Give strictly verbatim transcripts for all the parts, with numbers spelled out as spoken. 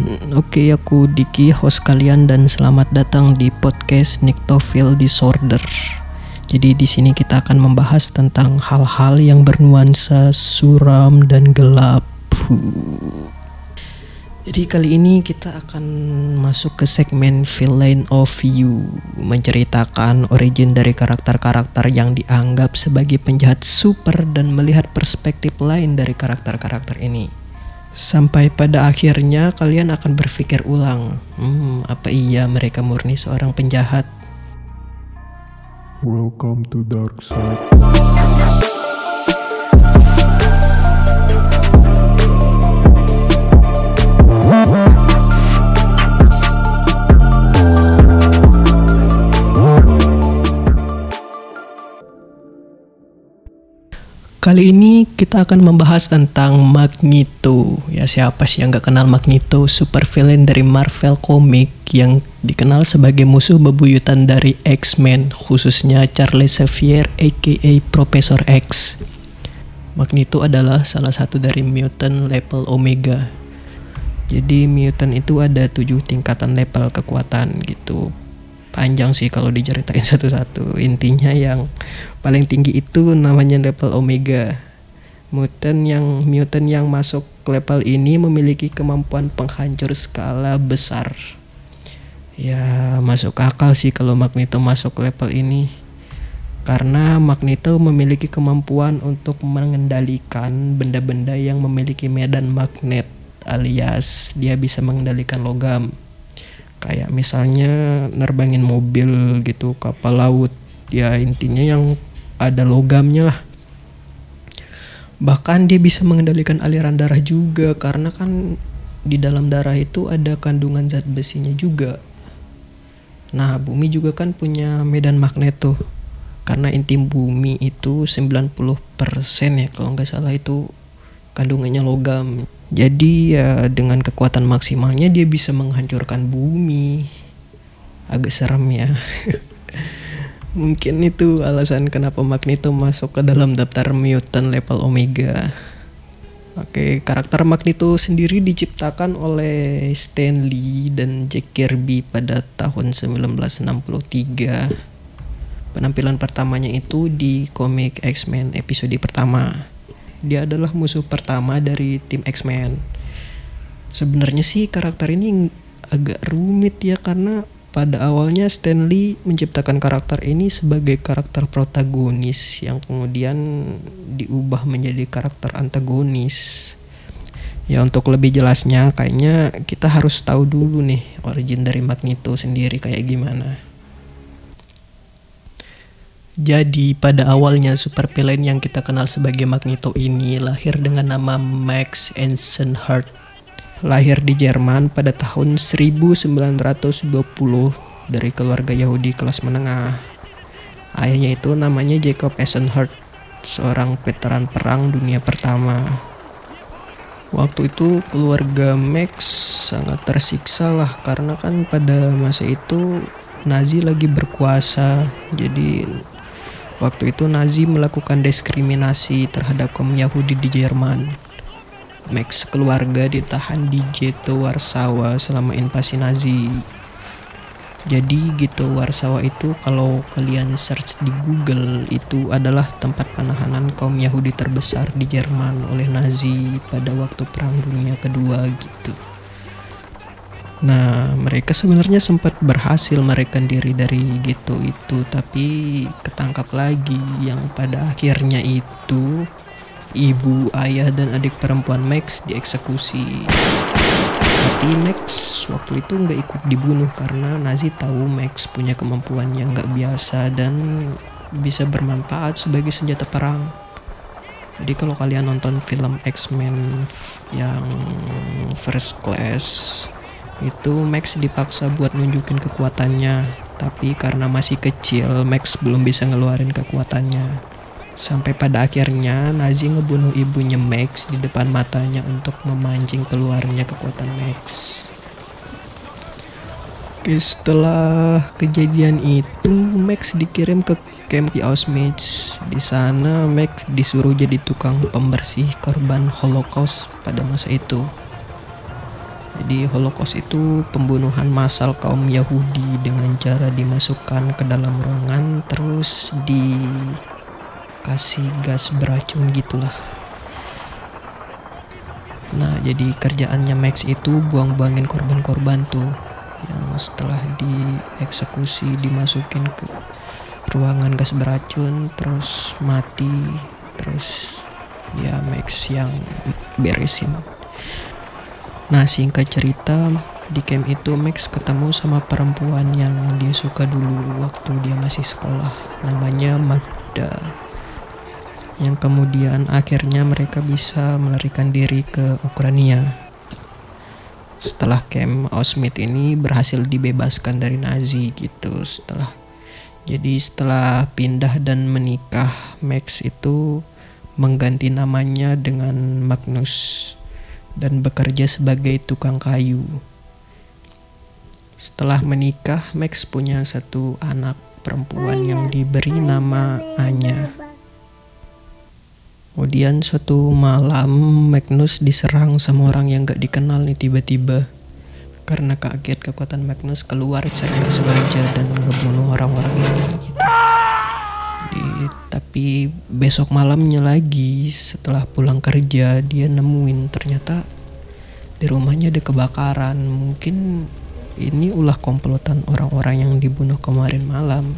Oke, aku Diki, host kalian, dan selamat datang di podcast Nyctophil Disorder. Jadi di sini kita akan membahas tentang hal-hal yang bernuansa suram dan gelap. Jadi kali ini kita akan masuk ke segmen Villain of You, menceritakan origin dari karakter-karakter yang dianggap sebagai penjahat super dan melihat perspektif lain dari karakter-karakter ini. Sampai pada akhirnya kalian akan berpikir ulang, hmm, apa iya mereka murni seorang penjahat? Welcome to dark side. Kali ini kita akan membahas tentang Magneto. Ya, siapa sih yang gak kenal Magneto, super villain dari Marvel Comic yang dikenal sebagai musuh bebuyutan dari X-Men, khususnya Charles Xavier aka Profesor X. Magneto adalah salah satu dari mutant level Omega. Jadi mutant itu ada tujuh tingkatan level kekuatan gitu. Panjang sih kalau diceritain satu-satu. Intinya yang paling tinggi itu namanya level Omega. Mutant yang mutant yang masuk level ini memiliki kemampuan penghancur skala besar. Ya, masuk akal sih kalau Magneto masuk level ini. Karena Magneto memiliki kemampuan untuk mengendalikan benda-benda yang memiliki medan magnet, alias dia bisa mengendalikan logam. Kayak misalnya nerbangin mobil gitu, kapal laut. Ya intinya yang ada logamnya lah. Bahkan dia bisa mengendalikan aliran darah juga, karena kan di dalam darah itu ada kandungan zat besinya juga. Nah, bumi juga kan punya medan magnet tuh. Karena inti bumi itu sembilan puluh persen ya kalau nggak salah itu kandungannya logam. Jadi ya dengan kekuatan maksimalnya dia bisa menghancurkan bumi. Agak serem ya. Mungkin itu alasan kenapa Magneto masuk ke dalam daftar mutant level Omega. Oke, karakter Magneto sendiri diciptakan oleh Stan Lee dan Jack Kirby pada tahun sembilan belas enam puluh tiga. Penampilan pertamanya itu di komik X-Men episode pertama. Dia adalah musuh pertama dari tim X-Men. Sebenarnya sih karakter ini agak rumit ya, karena pada awalnya Stan Lee menciptakan karakter ini sebagai karakter protagonis yang kemudian diubah menjadi karakter antagonis. Ya, untuk lebih jelasnya kayaknya kita harus tahu dulu nih origin dari Magneto sendiri kayak gimana. Jadi pada awalnya super villain yang kita kenal sebagai Magneto ini lahir dengan nama Max Eisenhardt. Lahir di Jerman pada tahun seribu sembilan ratus dua puluh dari keluarga Yahudi kelas menengah. Ayahnya itu namanya Jacob Eisenhardt, seorang veteran perang dunia pertama. Waktu itu keluarga Max sangat tersiksa lah, karena kan pada masa itu Nazi lagi berkuasa. Jadi waktu itu Nazi melakukan diskriminasi terhadap kaum Yahudi di Jerman. Max keluarga ditahan di Ghetto Warsawa selama invasi Nazi. Jadi Ghetto Warsawa itu kalau kalian search di Google itu adalah tempat penahanan kaum Yahudi terbesar di Jerman oleh Nazi pada waktu Perang Dunia Kedua gitu. Nah, mereka sebenarnya sempat berhasil melarikan diri dari ghetto itu, tapi ketangkap lagi, yang pada akhirnya itu ibu, ayah, dan adik perempuan Max dieksekusi. Tapi Max waktu itu nggak ikut dibunuh karena Nazi tahu Max punya kemampuan yang nggak biasa dan bisa bermanfaat sebagai senjata perang. Jadi kalau kalian nonton film X-Men yang First Class, itu Max dipaksa buat nunjukin kekuatannya, tapi karena masih kecil Max belum bisa ngeluarin kekuatannya. Sampai pada akhirnya Nazi ngebunuh ibunya Max di depan matanya untuk memancing keluarnya kekuatan Max. Oke, setelah kejadian itu Max dikirim ke camp di Auschwitz. Di sana Max disuruh jadi tukang pembersih korban Holocaust pada masa itu. Jadi Holocaust itu pembunuhan massal kaum Yahudi dengan cara dimasukkan ke dalam ruangan terus dikasih gas beracun gitulah. Nah, jadi kerjaannya Max itu buang-buangin korban-korban tuh yang setelah dieksekusi dimasukin ke ruangan gas beracun terus mati, terus dia Max yang beresin. Nah, singkat cerita, di camp itu Max ketemu sama perempuan yang dia suka dulu waktu dia masih sekolah, namanya Magda, yang kemudian akhirnya mereka bisa melarikan diri ke Ukraina. Setelah camp Auschwitz ini berhasil dibebaskan dari Nazi gitu. Setelah jadi setelah pindah dan menikah, Max itu mengganti namanya dengan Magnus dan bekerja sebagai tukang kayu. Setelah menikah, Max punya satu anak perempuan yang diberi nama Anya. Kemudian suatu malam Magnus diserang sama orang yang gak dikenal nih tiba-tiba. Karena kaget kekuatan Magnus keluar secara gak sengaja dan ngebunuh orang-orang ini gitu. Di, tapi besok malamnya lagi setelah pulang kerja dia nemuin ternyata di rumahnya ada kebakaran. Mungkin ini ulah komplotan orang-orang yang dibunuh kemarin malam.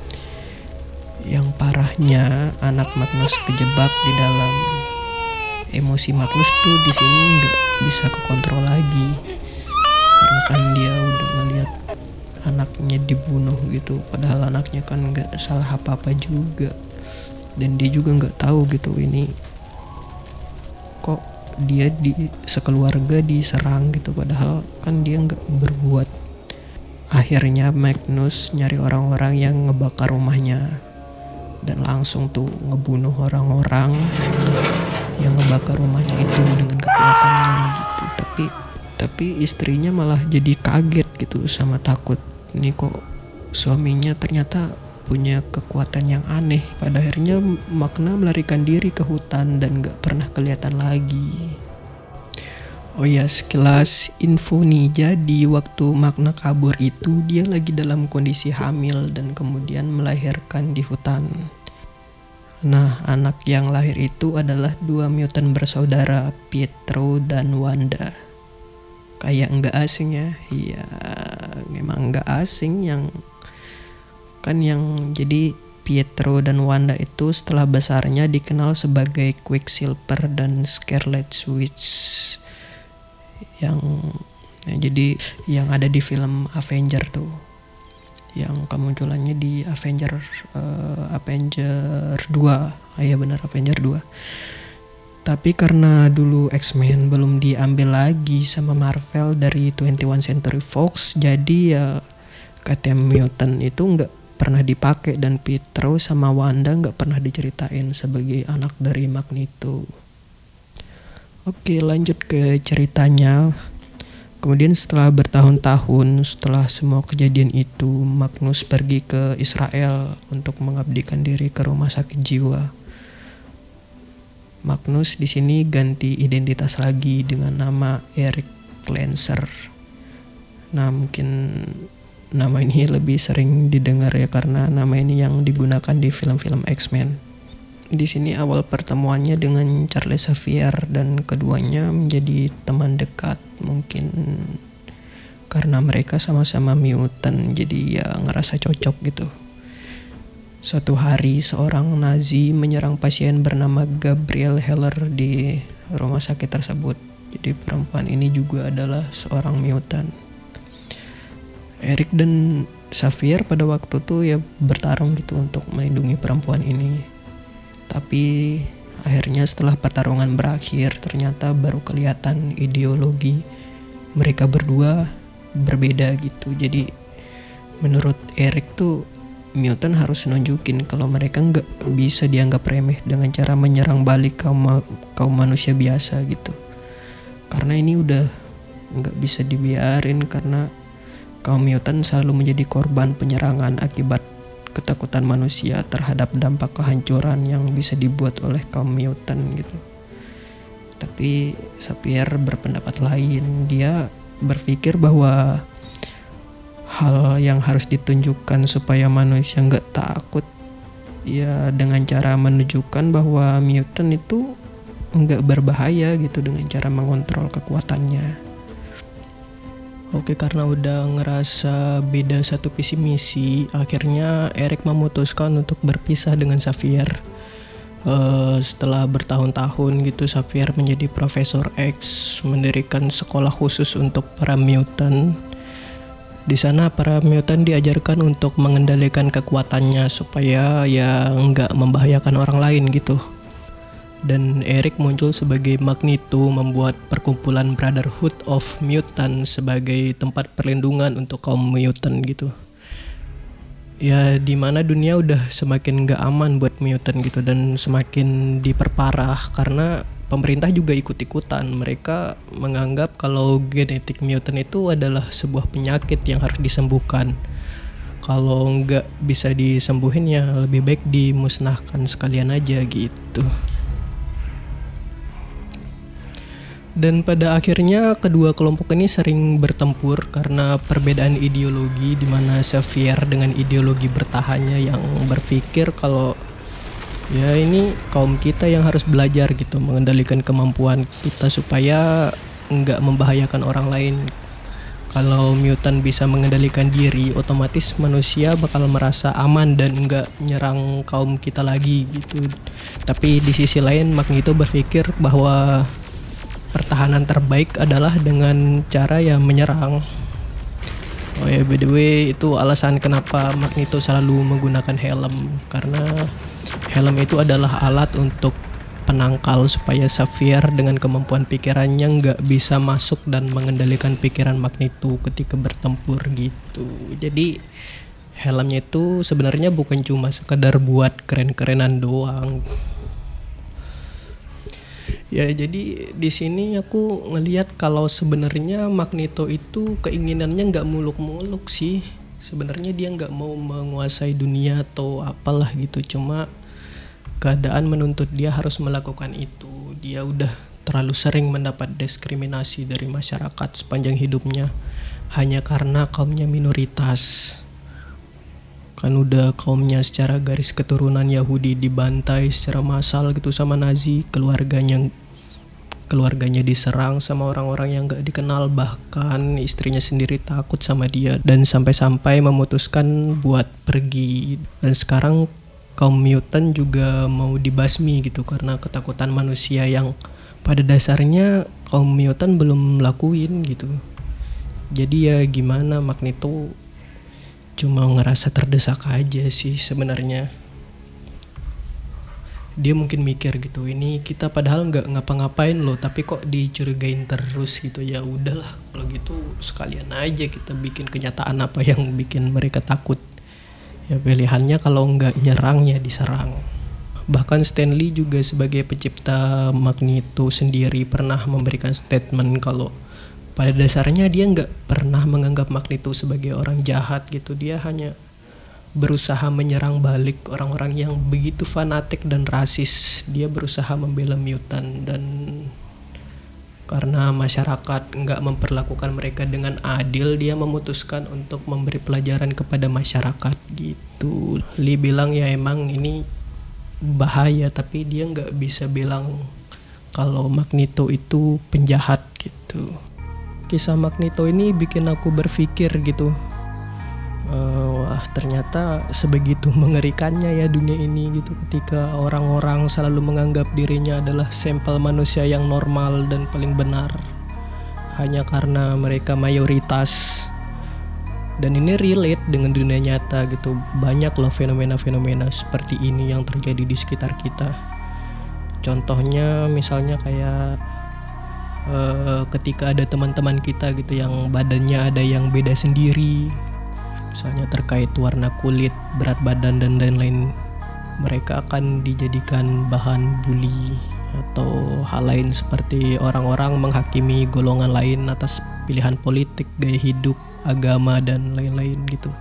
Yang parahnya anak Magnus kejebak di dalam. Emosi Magnus tuh di sini nggak bisa kekontrol lagi karena kan dia udah ngeliat anaknya dibunuh gitu, padahal anaknya kan nggak salah apa-apa juga dan dia juga nggak tahu gitu ini kok dia di sekeluarga diserang gitu, padahal kan dia nggak berbuat. Akhirnya Magnus nyari orang-orang yang ngebakar rumahnya dan langsung tuh ngebunuh orang-orang yang ngebakar rumahnya itu dengan kekuatannya gitu. Tapi tapi istrinya malah jadi kaget gitu sama takut. Ini kok suaminya ternyata punya kekuatan yang aneh. Pada akhirnya Magna melarikan diri ke hutan dan gak pernah kelihatan lagi. Oh ya, sekilas info nih, jadi waktu Magna kabur itu dia lagi dalam kondisi hamil dan kemudian melahirkan di hutan. Nah, anak yang lahir itu adalah dua mutant bersaudara, Pietro dan Wanda. Kayak nggak asing ya, iya memang nggak asing yang kan yang jadi Pietro dan Wanda itu setelah besarnya dikenal sebagai Quicksilver dan Scarlet Witch yang ya, jadi yang ada di film Avenger tuh, yang kemunculannya di Avenger uh, Avenger dua, ah, ya benar Avenger dua. Tapi karena dulu X-Men belum diambil lagi sama Marvel dari twenty-one Century Fox, jadi ya kata mutant itu nggak pernah dipakai dan Pietro sama Wanda nggak pernah diceritain sebagai anak dari Magneto. Oke, lanjut ke ceritanya. Kemudian setelah bertahun-tahun setelah semua kejadian itu, Magnus pergi ke Israel untuk mengabdikan diri ke rumah sakit jiwa. Magnus di sini ganti identitas lagi dengan nama Eric Lancer. Nah, mungkin nama ini lebih sering didengar ya karena nama ini yang digunakan di film-film X-Men. Di sini awal pertemuannya dengan Charles Xavier dan keduanya menjadi teman dekat, mungkin karena mereka sama-sama mutant jadi ya ngerasa cocok gitu. Suatu hari seorang Nazi menyerang pasien bernama Gabriel Heller di rumah sakit tersebut. Jadi perempuan ini juga adalah seorang mutant. Eric dan Xavier pada waktu itu ya bertarung gitu untuk melindungi perempuan ini. Tapi akhirnya setelah pertarungan berakhir ternyata baru kelihatan ideologi mereka berdua berbeda gitu. Jadi menurut Eric tuh mutant harus nunjukin kalau mereka nggak bisa dianggap remeh dengan cara menyerang balik kaum kaum manusia biasa gitu. Karena ini udah nggak bisa dibiarin karena kaum mutant selalu menjadi korban penyerangan akibat ketakutan manusia terhadap dampak kehancuran yang bisa dibuat oleh kaum mutant gitu. Tapi Xavier berpendapat lain, dia berpikir bahwa hal yang harus ditunjukkan supaya manusia nggak takut ya dengan cara menunjukkan bahwa mutant itu nggak berbahaya gitu dengan cara mengontrol kekuatannya. Oke, karena udah ngerasa beda satu visi misi, akhirnya Eric memutuskan untuk berpisah dengan Xavier. Uh, setelah bertahun-tahun gitu, Xavier menjadi Profesor X, mendirikan sekolah khusus untuk para mutant. Di sana para mutant diajarkan untuk mengendalikan kekuatannya supaya ya nggak membahayakan orang lain gitu. Dan Eric muncul sebagai Magneto, membuat perkumpulan Brotherhood of Mutant sebagai tempat perlindungan untuk kaum mutant gitu. Ya dimana dunia udah semakin gak aman buat mutant gitu, dan semakin diperparah karena pemerintah juga ikut-ikutan. Mereka menganggap kalau genetik mutant itu adalah sebuah penyakit yang harus disembuhkan. Kalau nggak bisa disembuhin ya lebih baik dimusnahkan sekalian aja gitu. Dan pada akhirnya kedua kelompok ini sering bertempur karena perbedaan ideologi, di mana Xavier dengan ideologi bertahannya yang berpikir kalau ya ini kaum kita yang harus belajar gitu mengendalikan kemampuan kita supaya nggak membahayakan orang lain. Kalau mutant bisa mengendalikan diri, otomatis manusia bakal merasa aman dan nggak nyerang kaum kita lagi gitu. Tapi di sisi lain Magneto berpikir bahwa pertahanan terbaik adalah dengan cara ya menyerang. Oh ya, by the way, itu alasan kenapa Magneto selalu menggunakan helm, karena helm itu adalah alat untuk penangkal supaya Xavier dengan kemampuan pikirannya nggak bisa masuk dan mengendalikan pikiran Magneto ketika bertempur gitu. Jadi helmnya itu sebenarnya bukan cuma sekedar buat keren-kerenan doang. Ya jadi di sini aku ngelihat kalau sebenarnya Magneto itu keinginannya nggak muluk-muluk sih. Sebenarnya dia nggak mau menguasai dunia atau apalah gitu. Cuma keadaan menuntut dia harus melakukan itu. Dia udah terlalu sering mendapat diskriminasi dari masyarakat sepanjang hidupnya hanya karena kaumnya minoritas. Kan udah kaumnya secara garis keturunan Yahudi dibantai secara massal gitu sama Nazi, keluarganya keluarganya diserang sama orang-orang yang gak dikenal, bahkan istrinya sendiri takut sama dia dan sampai-sampai memutuskan buat pergi. Dan sekarang kaum mutant juga mau dibasmi gitu karena ketakutan manusia yang pada dasarnya kaum mutant belum lakuin gitu. Jadi ya gimana, Magneto cuma ngerasa terdesak aja sih sebenarnya. Dia mungkin mikir gitu, ini kita padahal nggak ngapa-ngapain loh, tapi kok dicurigain terus gitu. Ya udahlah, kalau gitu sekalian aja kita bikin kenyataan apa yang bikin mereka takut. Ya pilihannya kalau nggak nyerang ya diserang. Bahkan Stan Lee juga sebagai pencipta Magneto sendiri pernah memberikan statement kalau pada dasarnya dia nggak pernah menganggap Magneto sebagai orang jahat gitu. Dia hanya berusaha menyerang balik orang-orang yang begitu fanatik dan rasis. Dia berusaha membela mutant, dan karena masyarakat nggak memperlakukan mereka dengan adil, dia memutuskan untuk memberi pelajaran kepada masyarakat gitu. Lee bilang ya emang ini bahaya, tapi dia nggak bisa bilang kalau Magneto itu penjahat gitu. Kisah Magneto ini bikin aku berpikir gitu, uh, wah ternyata sebegitu mengerikannya ya dunia ini gitu, ketika orang-orang selalu menganggap dirinya adalah sampel manusia yang normal dan paling benar hanya karena mereka mayoritas. Dan ini relate dengan dunia nyata gitu. Banyak loh fenomena-fenomena seperti ini yang terjadi di sekitar kita. Contohnya misalnya kayak Uh, ketika ada teman-teman kita gitu yang badannya ada yang beda sendiri, misalnya terkait warna kulit, berat badan dan lain-lain, mereka akan dijadikan bahan bully atau hal lain seperti orang-orang menghakimi golongan lain atas pilihan politik, gaya hidup, agama dan lain-lain gitu.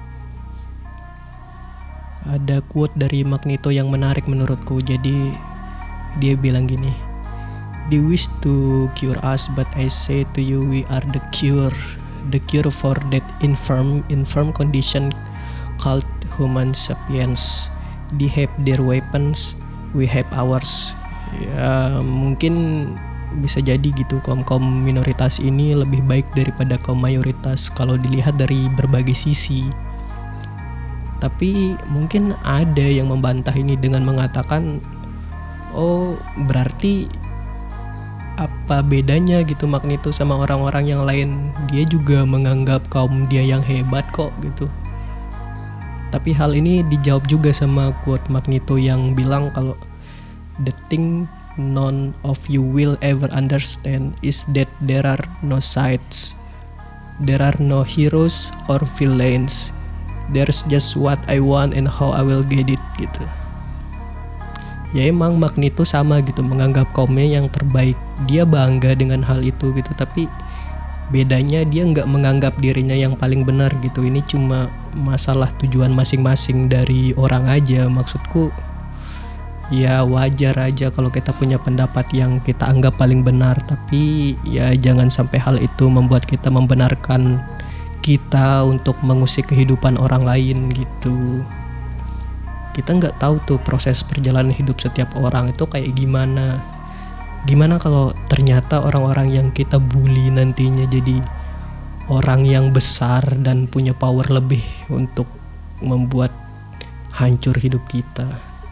Ada quote dari Magneto yang menarik menurutku. Jadi dia bilang gini, They wish to cure us, but I say to you, we are the cure. The cure for that infirm, infirm condition called human sapiens. They have their weapons, we have ours. Ya mungkin bisa jadi gitu, kaum-kaum minoritas ini lebih baik daripada kaum mayoritas kalau dilihat dari berbagai sisi. Tapi mungkin ada yang membantah ini dengan mengatakan, oh berarti apa bedanya gitu Magneto sama orang-orang yang lain, dia juga menganggap kaum dia yang hebat kok gitu. Tapi hal ini dijawab juga sama quote Magneto yang bilang kalau the thing none of you will ever understand is that there are no sides, there are no heroes or villains, there's just what I want and how I will get it gitu. Ya emang Magneto sama gitu, menganggap kaumnya yang terbaik, dia bangga dengan hal itu gitu. Tapi bedanya dia nggak menganggap dirinya yang paling benar gitu. Ini cuma masalah tujuan masing-masing dari orang aja. Maksudku ya wajar aja kalau kita punya pendapat yang kita anggap paling benar, tapi ya jangan sampai hal itu membuat kita membenarkan kita untuk mengusik kehidupan orang lain gitu. Kita nggak tahu tuh proses perjalanan hidup setiap orang itu kayak gimana. Gimana kalau ternyata orang-orang yang kita bully nantinya jadi orang yang besar dan punya power lebih untuk membuat hancur hidup kita.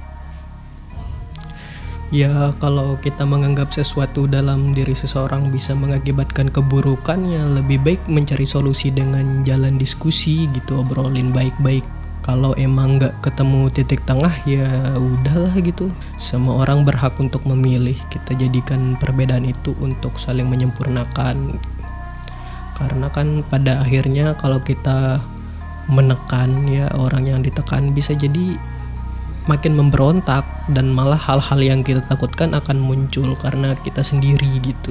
Ya kalau kita menganggap sesuatu dalam diri seseorang bisa mengakibatkan keburukan, ya lebih baik mencari solusi dengan jalan diskusi gitu, obrolin baik-baik. Kalau emang nggak ketemu titik tengah ya udahlah gitu. Semua orang berhak untuk memilih. Kita jadikan perbedaan itu untuk saling menyempurnakan. Karena kan pada akhirnya kalau kita menekan ya orang yang ditekan, bisa jadi makin memberontak dan malah hal-hal yang kita takutkan akan muncul karena kita sendiri gitu.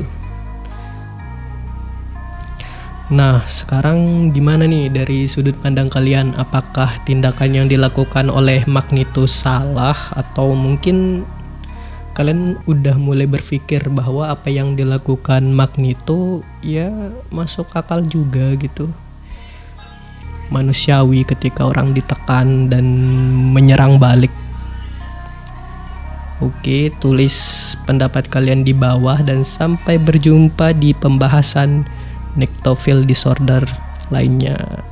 Nah, sekarang gimana nih dari sudut pandang kalian? Apakah tindakan yang dilakukan oleh Magneto salah, atau mungkin kalian udah mulai berpikir bahwa apa yang dilakukan Magneto ya masuk akal juga gitu? Manusiawi ketika orang ditekan dan menyerang balik. Oke, tulis pendapat kalian di bawah dan sampai berjumpa di pembahasan Nectophil disorder lainnya.